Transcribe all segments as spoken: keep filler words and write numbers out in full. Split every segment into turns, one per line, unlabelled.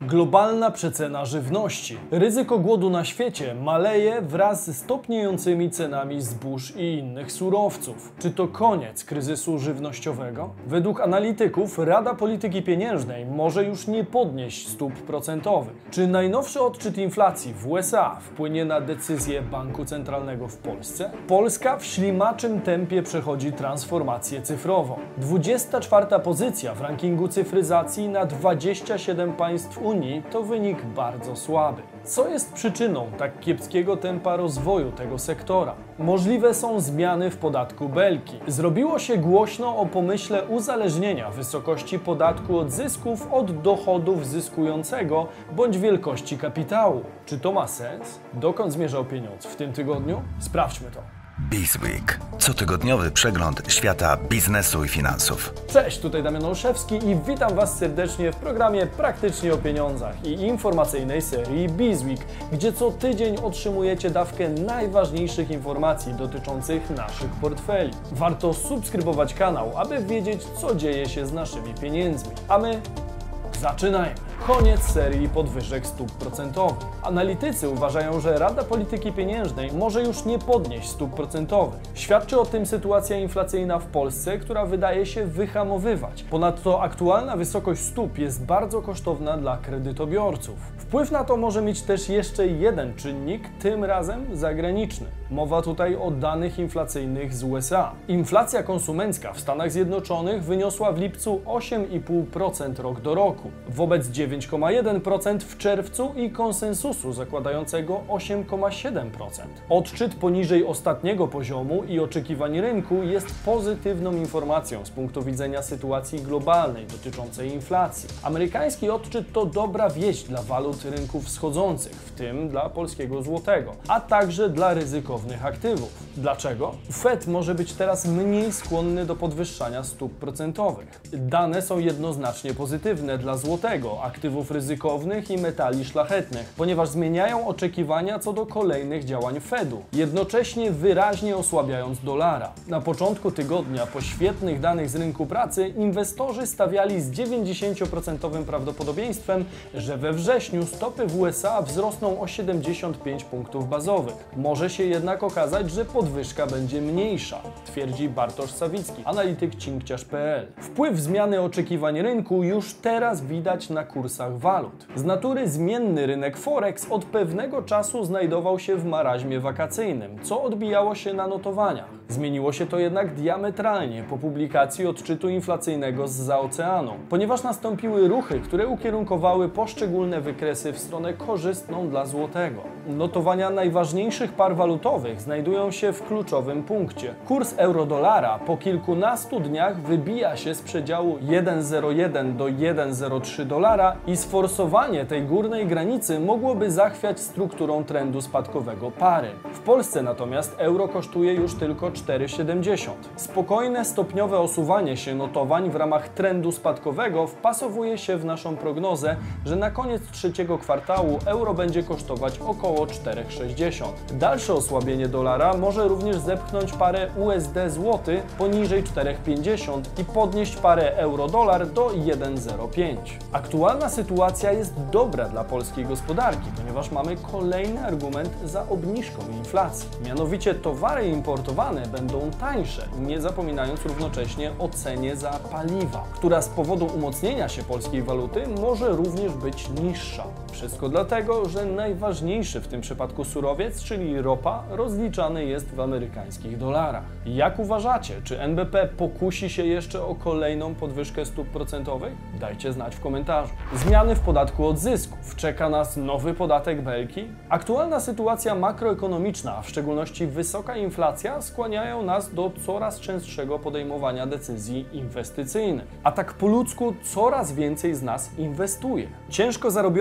Globalna przecena żywności. Ryzyko głodu na świecie maleje wraz z topniejącymi cenami zbóż i innych surowców. Czy to koniec kryzysu żywnościowego? Według analityków Rada Polityki Pieniężnej może już nie podnieść stóp procentowych. Czy najnowszy odczyt inflacji w U S A wpłynie na decyzję Banku Centralnego w Polsce? Polska w ślimaczym tempie przechodzi transformację cyfrową. dwudziesta czwarta pozycja w rankingu cyfryzacji na dwadzieścia siedem państw Unii to wynik bardzo słaby. Co jest przyczyną tak kiepskiego tempa rozwoju tego sektora? Możliwe są zmiany w podatku Belki. Zrobiło się głośno o pomyśle uzależnienia wysokości podatku od zysków od dochodów zyskującego bądź wielkości kapitału. Czy to ma sens? Dokąd zmierzał pieniądz w tym tygodniu? Sprawdźmy to.
Bizweek. Cotygodniowy przegląd świata biznesu i finansów.
Cześć, tutaj Damian Olszewski i witam Was serdecznie w programie Praktycznie o Pieniądzach i informacyjnej serii Bizweek, gdzie co tydzień otrzymujecie dawkę najważniejszych informacji dotyczących naszych portfeli. Warto subskrybować kanał, aby wiedzieć, co dzieje się z naszymi pieniędzmi. A my zaczynajmy. Koniec serii podwyżek stóp procentowych. Analitycy uważają, że Rada Polityki Pieniężnej może już nie podnieść stóp procentowych. Świadczy o tym sytuacja inflacyjna w Polsce, która wydaje się wyhamowywać. Ponadto aktualna wysokość stóp jest bardzo kosztowna dla kredytobiorców. Wpływ na to może mieć też jeszcze jeden czynnik, tym razem zagraniczny. Mowa tutaj o danych inflacyjnych z U S A. Inflacja konsumencka w Stanach Zjednoczonych wyniosła w lipcu osiem i pół procent rok do roku, wobec dziewięć przecinek jeden procent w czerwcu i konsensusu zakładającego osiem przecinek siedem procent. Odczyt poniżej ostatniego poziomu i oczekiwań rynku jest pozytywną informacją z punktu widzenia sytuacji globalnej dotyczącej inflacji. Amerykański odczyt to dobra wieść dla walut rynków wschodzących, w tym dla polskiego złotego, a także dla ryzykownych aktywów. Dlaczego? Fed może być teraz mniej skłonny do podwyższania stóp procentowych. Dane są jednoznacznie pozytywne dla złotego, aktywów ryzykownych i metali szlachetnych, ponieważ zmieniają oczekiwania co do kolejnych działań Fedu, jednocześnie wyraźnie osłabiając dolara. Na początku tygodnia po świetnych danych z rynku pracy inwestorzy stawiali z dziewięćdziesięcioprocentowym prawdopodobieństwem, że we wrześniu stopy w U S A wzrosną o siedemdziesiąt pięć punktów bazowych. Może się jednak okazać, że podwyżka będzie mniejsza, twierdzi Bartosz Sawicki, analityk cinkciarz kropka p l. Wpływ zmiany oczekiwań rynku już teraz widać na kursach walut. Z natury zmienny rynek Forex od pewnego czasu znajdował się w maraźmie wakacyjnym, co odbijało się na notowaniach. Zmieniło się to jednak diametralnie po publikacji odczytu inflacyjnego zza oceanu, ponieważ nastąpiły ruchy, które ukierunkowały poszczególne wykresy w stronę korzystną dla złotego. Notowania najważniejszych par walutowych znajdują się w kluczowym punkcie. Kurs euro-dolara po kilkunastu dniach wybija się z przedziału jeden przecinek zero jeden do jeden przecinek zero trzy dolara i sforsowanie tej górnej granicy mogłoby zachwiać strukturą trendu spadkowego pary. W Polsce natomiast euro kosztuje już tylko cztery przecinek siedemdziesiąt. Spokojne, stopniowe osuwanie się notowań w ramach trendu spadkowego wpasowuje się w naszą prognozę, że na koniec trzeciego kwartału euro będzie kosztować około cztery przecinek sześćdziesiąt. Dalsze osłabienie dolara może również zepchnąć parę U S D złoty poniżej cztery przecinek pięćdziesiąt i podnieść parę euro-dolar do jeden przecinek zero pięć. Aktualna sytuacja jest dobra dla polskiej gospodarki, ponieważ mamy kolejny argument za obniżką inflacji. Mianowicie towary importowane będą tańsze, nie zapominając równocześnie o cenie za paliwa, która z powodu umocnienia się polskiej waluty może również być niższa. Wszystko dlatego, że najważniejszy w tym przypadku surowiec, czyli ropa, rozliczany jest w amerykańskich dolarach. Jak uważacie, czy N B P pokusi się jeszcze o kolejną podwyżkę stóp procentowych? Dajcie znać w komentarzu. Zmiany w podatku od zysków. Czeka nas nowy podatek Belki? Aktualna sytuacja makroekonomiczna, a w szczególności wysoka inflacja, skłaniają nas do coraz częstszego podejmowania decyzji inwestycyjnych. A tak po ludzku coraz więcej z nas inwestuje. Ciężko zarobione pieniądze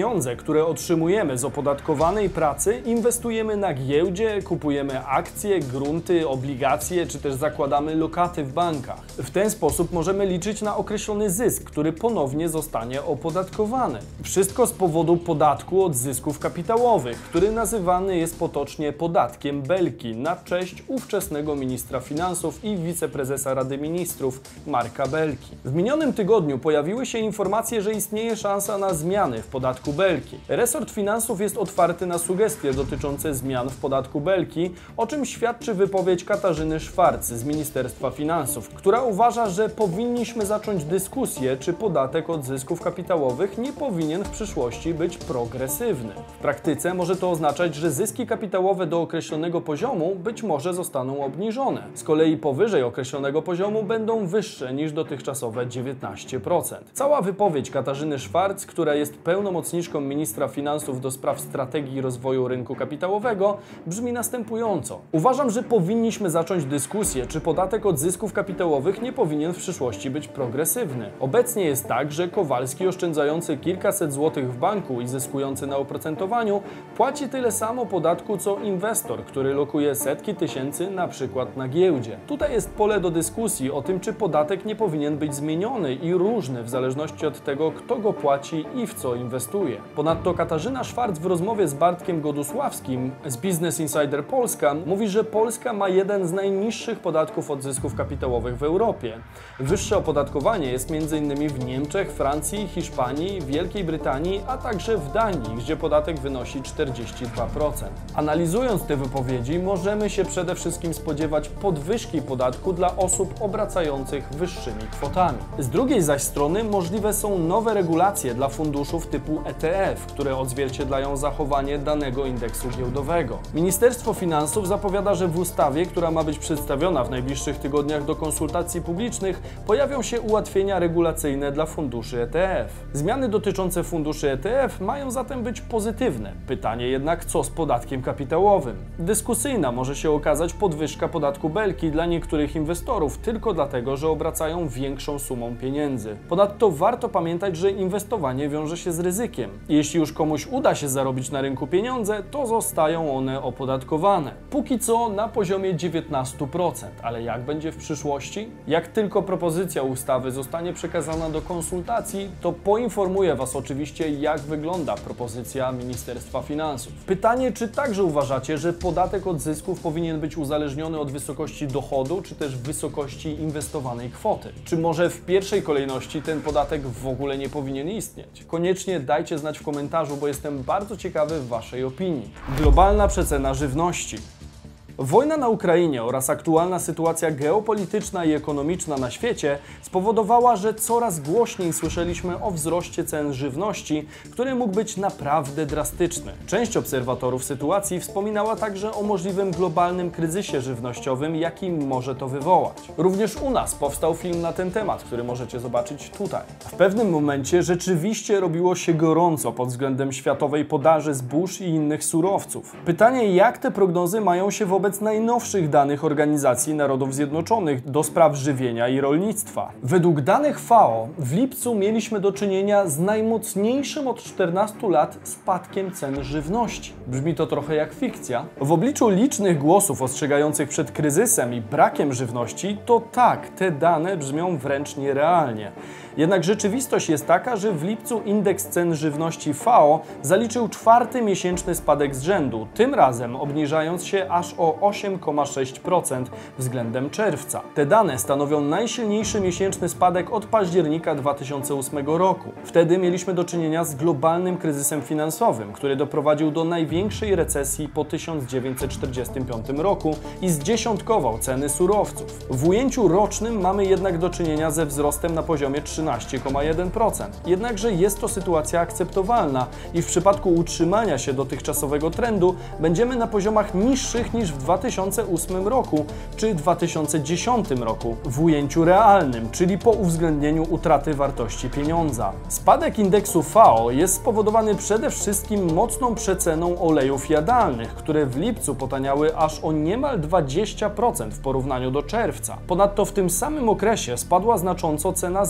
pieniądze, które otrzymujemy z opodatkowanej pracy, inwestujemy na giełdzie, kupujemy akcje, grunty, obligacje, czy też zakładamy lokaty w bankach. W ten sposób możemy liczyć na określony zysk, który ponownie zostanie opodatkowany. Wszystko z powodu podatku od zysków kapitałowych, który nazywany jest potocznie podatkiem Belki na cześć ówczesnego ministra finansów i wiceprezesa Rady Ministrów Marka Belki. W minionym tygodniu pojawiły się informacje, że istnieje szansa na zmiany w podatku Belki. Resort finansów jest otwarty na sugestie dotyczące zmian w podatku Belki, o czym świadczy wypowiedź Katarzyny Szwarc z Ministerstwa Finansów, która uważa, że powinniśmy zacząć dyskusję, czy podatek od zysków kapitałowych nie powinien w przyszłości być progresywny. W praktyce może to oznaczać, że zyski kapitałowe do określonego poziomu być może zostaną obniżone. Z kolei powyżej określonego poziomu będą wyższe niż dotychczasowe dziewiętnaście procent. Cała wypowiedź Katarzyny Szwarc, która jest pełnomocniczką ministra finansów do spraw strategii rozwoju rynku kapitałowego, brzmi następująco. Uważam, że powinniśmy zacząć dyskusję, czy podatek od zysków kapitałowych nie powinien w przyszłości być progresywny. Obecnie jest tak, że Kowalski oszczędzający kilkaset złotych w banku i zyskujący na oprocentowaniu płaci tyle samo podatku co inwestor, który lokuje setki tysięcy na przykład na giełdzie. Tutaj jest pole do dyskusji o tym, czy podatek nie powinien być zmieniony i różny w zależności od tego, kto go płaci i w co inwestuje. Ponadto Katarzyna Szwarc w rozmowie z Bartkiem Godusławskim z Business Insider Polska mówi, że Polska ma jeden z najniższych podatków od zysków kapitałowych w Europie. Wyższe opodatkowanie jest między innymi w Niemczech, Francji, Hiszpanii, Wielkiej Brytanii, a także w Danii, gdzie podatek wynosi czterdzieści dwa procent. Analizując te wypowiedzi, możemy się przede wszystkim spodziewać podwyżki podatku dla osób obracających wyższymi kwotami. Z drugiej zaś strony możliwe są nowe regulacje dla funduszów typu E T F, które odzwierciedlają zachowanie danego indeksu giełdowego. Ministerstwo Finansów zapowiada, że w ustawie, która ma być przedstawiona w najbliższych tygodniach do konsultacji publicznych, pojawią się ułatwienia regulacyjne dla funduszy E T F. Zmiany dotyczące funduszy E T F mają zatem być pozytywne. Pytanie jednak, co z podatkiem kapitałowym? Dyskusyjna może się okazać podwyżka podatku Belki dla niektórych inwestorów tylko dlatego, że obracają większą sumą pieniędzy. Ponadto warto pamiętać, że inwestowanie wiąże się z ryzykiem. Jeśli już komuś uda się zarobić na rynku pieniądze, to zostają one opodatkowane. Póki co na poziomie dziewiętnaście procent, ale jak będzie w przyszłości? Jak tylko propozycja ustawy zostanie przekazana do konsultacji, to poinformuję Was oczywiście, jak wygląda propozycja Ministerstwa Finansów. Pytanie, czy także uważacie, że podatek od zysków powinien być uzależniony od wysokości dochodu, czy też wysokości inwestowanej kwoty? Czy może w pierwszej kolejności ten podatek w ogóle nie powinien istnieć? Koniecznie dajcie znać w komentarzu, bo jestem bardzo ciekawy Waszej opinii. Globalna przecena żywności. Wojna na Ukrainie oraz aktualna sytuacja geopolityczna i ekonomiczna na świecie spowodowała, że coraz głośniej słyszeliśmy o wzroście cen żywności, który mógł być naprawdę drastyczny. Część obserwatorów sytuacji wspominała także o możliwym globalnym kryzysie żywnościowym, jaki może to wywołać. Również u nas powstał film na ten temat, który możecie zobaczyć tutaj. W pewnym momencie rzeczywiście robiło się gorąco pod względem światowej podaży zbóż i innych surowców. Pytanie, jak te prognozy mają się wobec wobec najnowszych danych Organizacji Narodów Zjednoczonych do spraw żywienia i rolnictwa. Według danych F A O w lipcu mieliśmy do czynienia z najmocniejszym od czternastu lat spadkiem cen żywności. Brzmi to trochę jak fikcja. W obliczu licznych głosów ostrzegających przed kryzysem i brakiem żywności, to tak, te dane brzmią wręcz nierealnie. Jednak rzeczywistość jest taka, że w lipcu indeks cen żywności F A O zaliczył czwarty miesięczny spadek z rzędu, tym razem obniżając się aż o osiem przecinek sześć procent względem czerwca. Te dane stanowią najsilniejszy miesięczny spadek od października dwa tysiące ósmego roku. Wtedy mieliśmy do czynienia z globalnym kryzysem finansowym, który doprowadził do największej recesji po tysiąc dziewięćset czterdziestym piątym roku i zdziesiątkował ceny surowców. W ujęciu rocznym mamy jednak do czynienia ze wzrostem na poziomie trzynaście przecinek jeden procent. Jednakże jest to sytuacja akceptowalna i w przypadku utrzymania się dotychczasowego trendu będziemy na poziomach niższych niż w dwa tysiące ósmym roku czy dwa tysiące dziesiątym roku w ujęciu realnym, czyli po uwzględnieniu utraty wartości pieniądza. Spadek indeksu F A O jest spowodowany przede wszystkim mocną przeceną olejów jadalnych, które w lipcu potaniały aż o niemal dwadzieścia procent w porównaniu do czerwca. Ponadto w tym samym okresie spadła znacząco cena zbóż,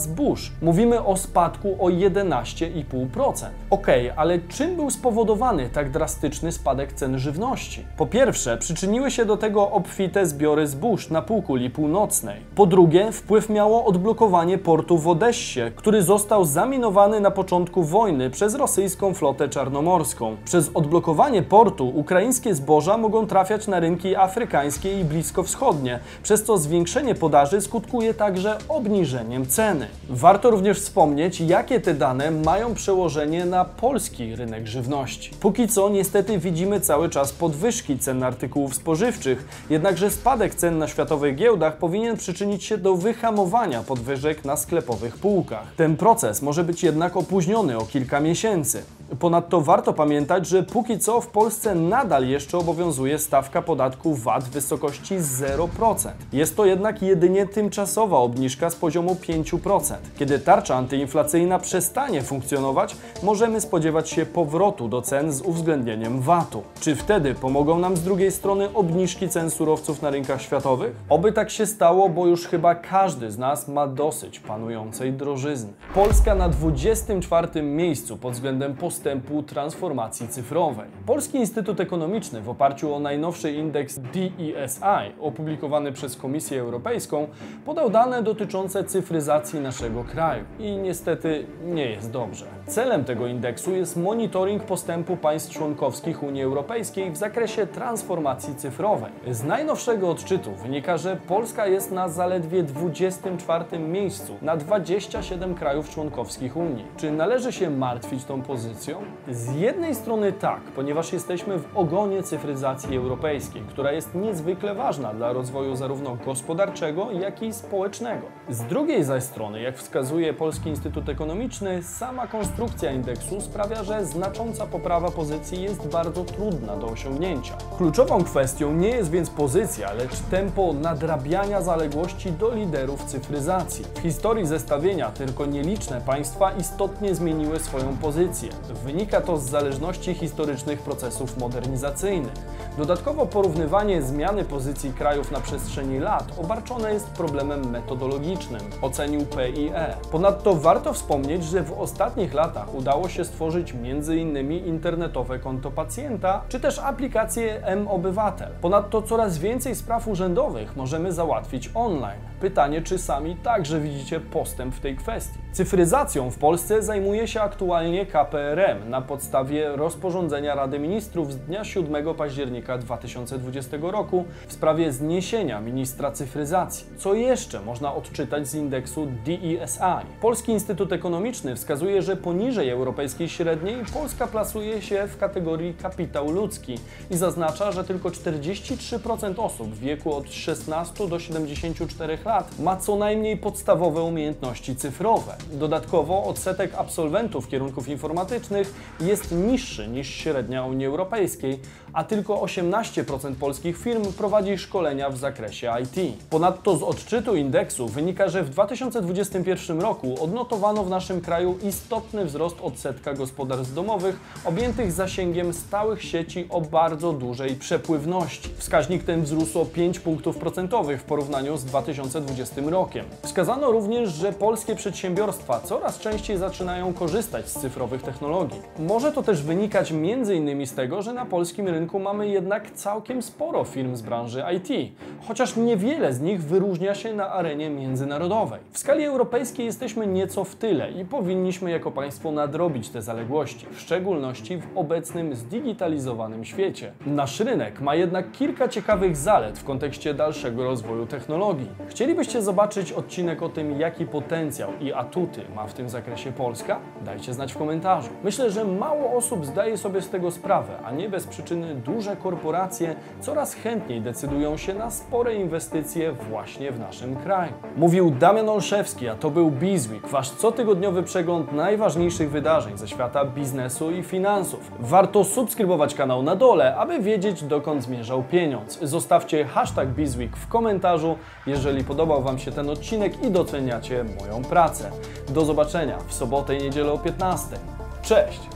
zbóż. Mówimy o spadku o jedenaście i pół procent. Okej, ale czym był spowodowany tak drastyczny spadek cen żywności? Po pierwsze, przyczyniły się do tego obfite zbiory zbóż na półkuli północnej. Po drugie, wpływ miało odblokowanie portu w Odessie, który został zaminowany na początku wojny przez rosyjską flotę czarnomorską. Przez odblokowanie portu ukraińskie zboża mogą trafiać na rynki afrykańskie i bliskowschodnie, przez co zwiększenie podaży skutkuje także obniżeniem ceny. Warto również wspomnieć, jakie te dane mają przełożenie na polski rynek żywności. Póki co niestety widzimy cały czas podwyżki cen artykułów spożywczych, jednakże spadek cen na światowych giełdach powinien przyczynić się do wyhamowania podwyżek na sklepowych półkach. Ten proces może być jednak opóźniony o kilka miesięcy. Ponadto warto pamiętać, że póki co w Polsce nadal jeszcze obowiązuje stawka podatku V A T w wysokości zero procent. Jest to jednak jedynie tymczasowa obniżka z poziomu pięć procent. Kiedy tarcza antyinflacyjna przestanie funkcjonować, możemy spodziewać się powrotu do cen z uwzględnieniem V A T u. Czy wtedy pomogą nam z drugiej strony obniżki cen surowców na rynkach światowych? Oby tak się stało, bo już chyba każdy z nas ma dosyć panującej drożyzny. Polska na dwudziestym czwartym miejscu pod względem postępu transformacji cyfrowej. Polski Instytut Ekonomiczny w oparciu o najnowszy indeks D E S I opublikowany przez Komisję Europejską podał dane dotyczące cyfryzacji naszego kraju i niestety nie jest dobrze. Celem tego indeksu jest monitoring postępu państw członkowskich Unii Europejskiej w zakresie transformacji cyfrowej. Z najnowszego odczytu wynika, że Polska jest na zaledwie dwudziestym czwartym miejscu na dwadzieścia siedem krajów członkowskich Unii. Czy należy się martwić tą pozycją? Z jednej strony tak, ponieważ jesteśmy w ogonie cyfryzacji europejskiej, która jest niezwykle ważna dla rozwoju zarówno gospodarczego, jak i społecznego. Z drugiej zaś strony, jak wskazuje Polski Instytut Ekonomiczny, sama konstrukcja indeksu sprawia, że znacząca poprawa pozycji jest bardzo trudna do osiągnięcia. Kluczową kwestią nie jest więc pozycja, lecz tempo nadrabiania zaległości do liderów cyfryzacji. W historii zestawienia tylko nieliczne państwa istotnie zmieniły swoją pozycję. Wynika to z zależności historycznych procesów modernizacyjnych. Dodatkowo porównywanie zmiany pozycji krajów na przestrzeni lat obarczone jest problemem metodologicznym, ocenił P I E. Ponadto warto wspomnieć, że w ostatnich latach udało się stworzyć między innymi internetowe konto pacjenta, czy też aplikację M-Obywatel. Ponadto coraz więcej spraw urzędowych możemy załatwić online. Pytanie, czy sami także widzicie postęp w tej kwestii. Cyfryzacją w Polsce zajmuje się aktualnie K P R M na podstawie rozporządzenia Rady Ministrów z dnia siódmego października dwa tysiące dwudziestego roku w sprawie zniesienia ministra cyfryzacji. Co jeszcze można odczytać z indeksu D E S I? Polski Instytut Ekonomiczny wskazuje, że poniżej europejskiej średniej Polska plasuje się w kategorii kapitał ludzki i zaznacza, że tylko czterdzieści trzy procent osób w wieku od szesnastu do siedemdziesięciu czterech lat ma co najmniej podstawowe umiejętności cyfrowe. Dodatkowo odsetek absolwentów kierunków informatycznych jest niższy niż średnia Unii Europejskiej, a tylko osiemnaście procent polskich firm prowadzi szkolenia w zakresie I T. Ponadto z odczytu indeksu wynika, że w dwa tysiące dwudziestym pierwszym roku odnotowano w naszym kraju istotny wzrost odsetka gospodarstw domowych objętych zasięgiem stałych sieci o bardzo dużej przepływności. Wskaźnik ten wzrósł o pięć punktów procentowych w porównaniu z dwa tysiące dwudziestym rokiem. Wskazano również, że polskie przedsiębiorstwa coraz częściej zaczynają korzystać z cyfrowych technologii. Może to też wynikać między innymi z tego, że na polskim rynku mamy jednak całkiem sporo firm z branży I T, chociaż niewiele z nich wyróżnia się na arenie międzynarodowej. W skali europejskiej jesteśmy nieco w tyle i powinniśmy jako państwo nadrobić te zaległości, w szczególności w obecnym zdigitalizowanym świecie. Nasz rynek ma jednak kilka ciekawych zalet w kontekście dalszego rozwoju technologii. Chcielibyście zobaczyć odcinek o tym, jaki potencjał i atuty ma w tym zakresie Polska? Dajcie znać w komentarzu. Myślę, że mało osób zdaje sobie z tego sprawę, a nie bez przyczyny duże korporacje coraz chętniej decydują się na spore inwestycje właśnie w naszym kraju. Mówił Damian Olszewski, a to był BizWeek, wasz cotygodniowy przegląd najważniejszych wydarzeń ze świata biznesu i finansów. Warto subskrybować kanał na dole, aby wiedzieć, dokąd zmierzał pieniądz. Zostawcie hashtag BizWeek w komentarzu, jeżeli podobał wam się ten odcinek i doceniacie moją pracę. Do zobaczenia w sobotę i niedzielę o piętnastej. Cześć!